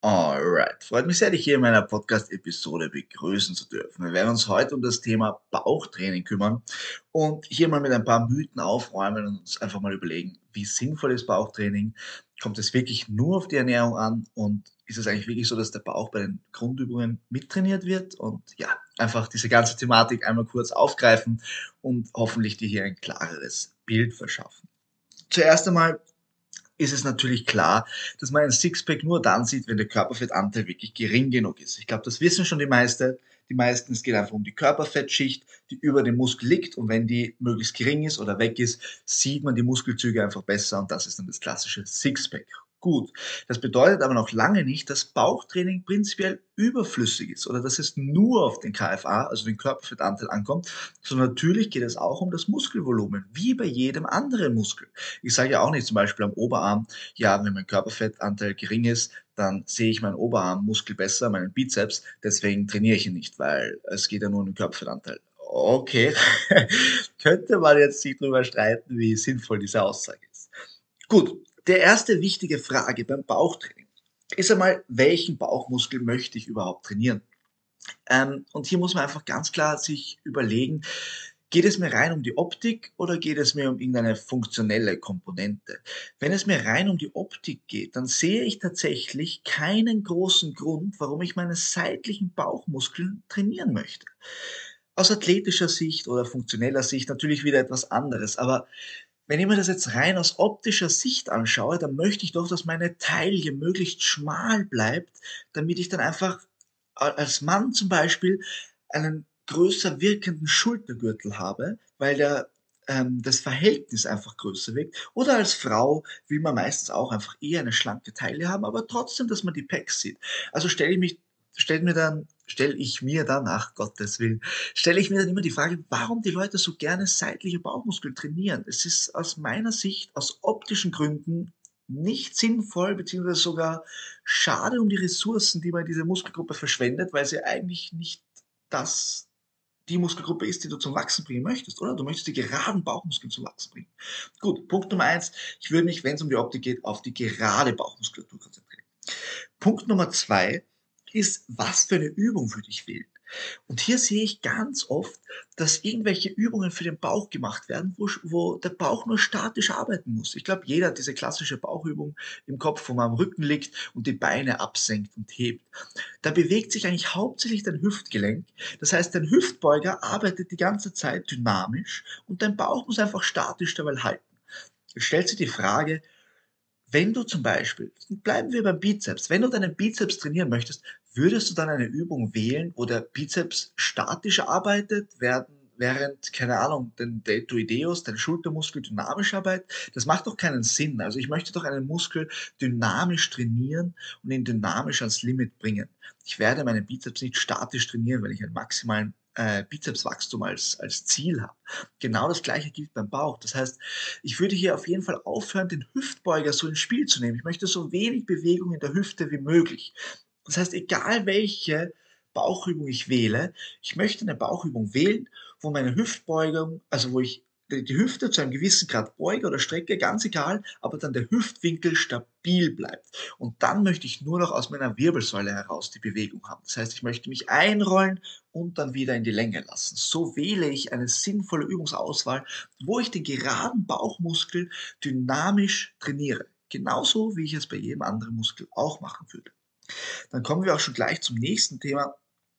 Alright, freut mich sehr, dich hier in meiner Podcast-Episode begrüßen zu dürfen. Wir werden uns heute um das Thema Bauchtraining kümmern und hier mal mit ein paar Mythen aufräumen und uns einfach mal überlegen, wie sinnvoll ist Bauchtraining? Kommt es wirklich nur auf die Ernährung an und ist es eigentlich wirklich so, dass der Bauch bei den Grundübungen mittrainiert wird? Und ja, einfach diese ganze Thematik einmal kurz aufgreifen und hoffentlich dir hier ein klareres Bild verschaffen. Zuerst einmal ist es natürlich klar, dass man ein Sixpack nur dann sieht, wenn der Körperfettanteil wirklich gering genug ist. Ich glaube, das wissen schon die meisten. Es geht einfach um die Körperfettschicht, die über dem Muskel liegt. Und wenn die möglichst gering ist oder weg ist, sieht man die Muskelzüge einfach besser. Und das ist dann das klassische Sixpack. Gut. Das bedeutet aber noch lange nicht, dass Bauchtraining prinzipiell überflüssig ist oder dass es nur auf den KFA, also den Körperfettanteil, ankommt, sondern natürlich geht es auch um das Muskelvolumen, wie bei jedem anderen Muskel. Ich sage ja auch nicht zum Beispiel am Oberarm, ja, wenn mein Körperfettanteil gering ist, dann sehe ich meinen Oberarmmuskel besser, meinen Bizeps, deswegen trainiere ich ihn nicht, weil es geht ja nur um den Körperfettanteil. Okay, könnte man jetzt sich drüber streiten, wie sinnvoll diese Aussage ist. Gut, der erste wichtige Frage beim Bauchtraining ist einmal, welchen Bauchmuskel möchte ich überhaupt trainieren? Und hier muss man einfach ganz klar sich überlegen, geht es mir rein um die Optik oder geht es mir um irgendeine funktionelle Komponente? Wenn es mir rein um die Optik geht, dann sehe ich tatsächlich keinen großen Grund, warum ich meine seitlichen Bauchmuskeln trainieren möchte. Aus athletischer Sicht oder funktioneller Sicht natürlich wieder etwas anderes, aber wenn ich mir das jetzt rein aus optischer Sicht anschaue, dann möchte ich doch, dass meine Taille möglichst schmal bleibt, damit ich dann einfach als Mann zum Beispiel einen größer wirkenden Schultergürtel habe, weil das Verhältnis einfach größer wirkt. Oder als Frau will man meistens auch einfach eher eine schlanke Taille haben, aber trotzdem, dass man die Pecs sieht. Also stelle ich mir dann, ach Gottes Willen, stelle ich mir dann immer die Frage, warum die Leute so gerne seitliche Bauchmuskeln trainieren. Es ist aus meiner Sicht, aus optischen Gründen nicht sinnvoll, beziehungsweise sogar schade um die Ressourcen, die man in diese Muskelgruppe verschwendet, weil sie eigentlich nicht das die Muskelgruppe ist, die du zum Wachsen bringen möchtest, oder? Du möchtest die geraden Bauchmuskeln zum Wachsen bringen. Gut, Punkt Nummer eins: Ich würde mich, wenn es um die Optik geht, auf die gerade Bauchmuskulatur konzentrieren. Punkt Nummer 2 ist, was für eine Übung würde ich wählen? Und hier sehe ich ganz oft, dass irgendwelche Übungen für den Bauch gemacht werden, wo der Bauch nur statisch arbeiten muss. Ich glaube, jeder hat diese klassische Bauchübung im Kopf, wo man am Rücken liegt und die Beine absenkt und hebt. Da bewegt sich eigentlich hauptsächlich dein Hüftgelenk. Das heißt, dein Hüftbeuger arbeitet die ganze Zeit dynamisch und dein Bauch muss einfach statisch dabei halten. Jetzt stellt sich die Frage, wenn du zum Beispiel, bleiben wir beim Bizeps, wenn du deinen Bizeps trainieren möchtest, würdest du dann eine Übung wählen, wo der Bizeps statisch arbeitet, während, keine Ahnung, den Deltoideus, dein Schultermuskel dynamisch arbeitet? Das macht doch keinen Sinn. Also ich möchte doch einen Muskel dynamisch trainieren und ihn dynamisch ans Limit bringen. Ich werde meinen Bizeps nicht statisch trainieren, wenn ich einen maximalen Bizepswachstum als Ziel habe. Genau das gleiche gilt beim Bauch. Das heißt, ich würde hier auf jeden Fall aufhören, den Hüftbeuger so ins Spiel zu nehmen. Ich möchte so wenig Bewegung in der Hüfte wie möglich. Das heißt, egal welche Bauchübung ich wähle, ich möchte eine Bauchübung wählen, wo meine Hüftbeugung, also wo ich die Hüfte zu einem gewissen Grad beuge oder strecke, ganz egal, aber dann der Hüftwinkel stabil bleibt. Und dann möchte ich nur noch aus meiner Wirbelsäule heraus die Bewegung haben. Das heißt, ich möchte mich einrollen und dann wieder in die Länge lassen. So wähle ich eine sinnvolle Übungsauswahl, wo ich den geraden Bauchmuskel dynamisch trainiere. Genauso wie ich es bei jedem anderen Muskel auch machen würde. Dann kommen wir auch schon gleich zum nächsten Thema,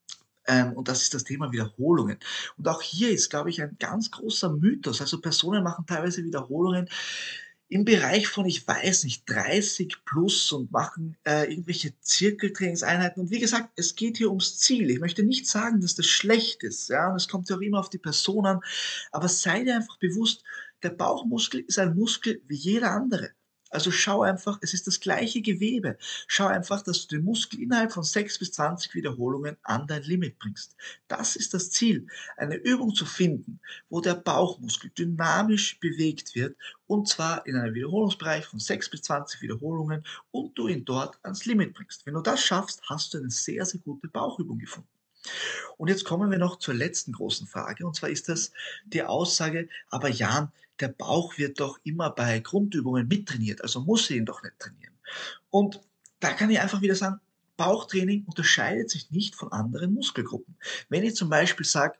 und das ist das Thema Wiederholungen. Und auch hier ist, glaube ich, ein ganz großer Mythos. Also Personen machen teilweise Wiederholungen im Bereich von, ich weiß nicht, 30 plus und machen irgendwelche Zirkeltrainingseinheiten. Und wie gesagt, es geht hier ums Ziel. Ich möchte nicht sagen, dass das schlecht ist. Ja, und es kommt ja auch immer auf die Person an. Aber sei dir einfach bewusst, der Bauchmuskel ist ein Muskel wie jeder andere. Also schau einfach, es ist das gleiche Gewebe. Schau einfach, dass du den Muskel innerhalb von 6 bis 20 Wiederholungen an dein Limit bringst. Das ist das Ziel, eine Übung zu finden, wo der Bauchmuskel dynamisch bewegt wird, und zwar in einem Wiederholungsbereich von 6 bis 20 Wiederholungen, und du ihn dort ans Limit bringst. Wenn du das schaffst, hast du eine sehr, sehr gute Bauchübung gefunden. Und jetzt kommen wir noch zur letzten großen Frage, und zwar ist das die Aussage, aber Jan, der Bauch wird doch immer bei Grundübungen mittrainiert, also muss ich ihn doch nicht trainieren. Und da kann ich einfach wieder sagen, Bauchtraining unterscheidet sich nicht von anderen Muskelgruppen. Wenn ich zum Beispiel sage,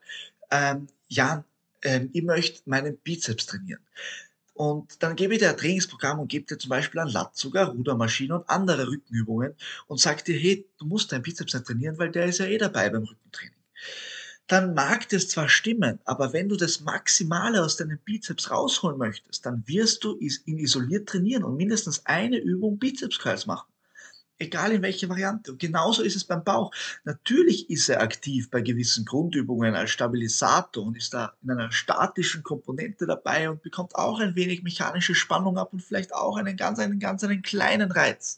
Jan, ich möchte meinen Bizeps trainieren. Und dann gebe ich dir ein Trainingsprogramm und gebe dir zum Beispiel einen Latzug, eine Rudermaschine und andere Rückenübungen und sage dir, hey, du musst deinen Bizeps nicht trainieren, weil der ist ja eh dabei beim Rückentraining. Dann mag das zwar stimmen, aber wenn du das Maximale aus deinem Bizeps rausholen möchtest, dann wirst du ihn isoliert trainieren und mindestens eine Übung Bizeps Curls machen. Egal in welcher Variante. Und genauso ist es beim Bauch. Natürlich ist er aktiv bei gewissen Grundübungen als Stabilisator und ist da in einer statischen Komponente dabei und bekommt auch ein wenig mechanische Spannung ab und vielleicht auch einen kleinen Reiz.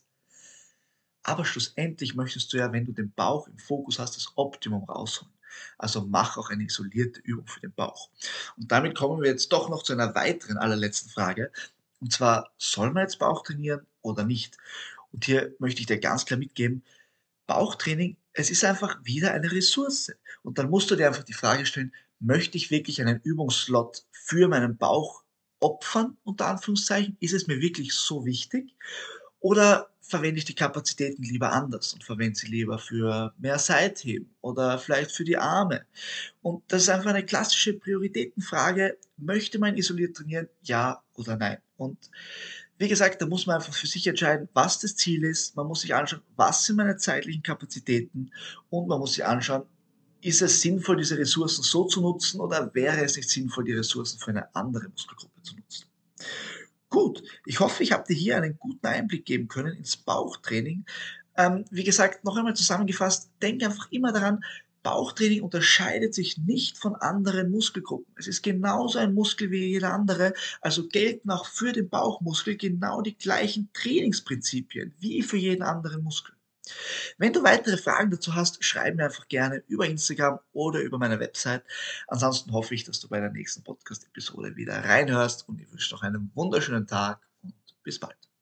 Aber schlussendlich möchtest du ja, wenn du den Bauch im Fokus hast, das Optimum rausholen. Also mach auch eine isolierte Übung für den Bauch. Und damit kommen wir jetzt doch noch zu einer weiteren allerletzten Frage. Und zwar, soll man jetzt Bauch trainieren oder nicht? Und hier möchte ich dir ganz klar mitgeben, Bauchtraining, es ist einfach wieder eine Ressource. Und dann musst du dir einfach die Frage stellen, möchte ich wirklich einen Übungsslot für meinen Bauch opfern, unter Anführungszeichen? Ist es mir wirklich so wichtig? Oder verwende ich die Kapazitäten lieber anders und verwende sie lieber für mehr Seitheben oder vielleicht für die Arme? Und das ist einfach eine klassische Prioritätenfrage. Möchte man isoliert trainieren? Ja oder nein? Und wie gesagt, da muss man einfach für sich entscheiden, was das Ziel ist. Man muss sich anschauen, was sind meine zeitlichen Kapazitäten und man muss sich anschauen, ist es sinnvoll, diese Ressourcen so zu nutzen oder wäre es nicht sinnvoll, die Ressourcen für eine andere Muskelgruppe zu nutzen? Gut, ich hoffe, ich habe dir hier einen guten Einblick geben können ins Bauchtraining. Wie gesagt, noch einmal zusammengefasst, denk einfach immer daran, Bauchtraining unterscheidet sich nicht von anderen Muskelgruppen. Es ist genauso ein Muskel wie jeder andere, also gelten auch für den Bauchmuskel genau die gleichen Trainingsprinzipien wie für jeden anderen Muskel. Wenn du weitere Fragen dazu hast, schreib mir einfach gerne über Instagram oder über meine Website. Ansonsten hoffe ich, dass du bei der nächsten Podcast-Episode wieder reinhörst und ich wünsche noch einen wunderschönen Tag und bis bald.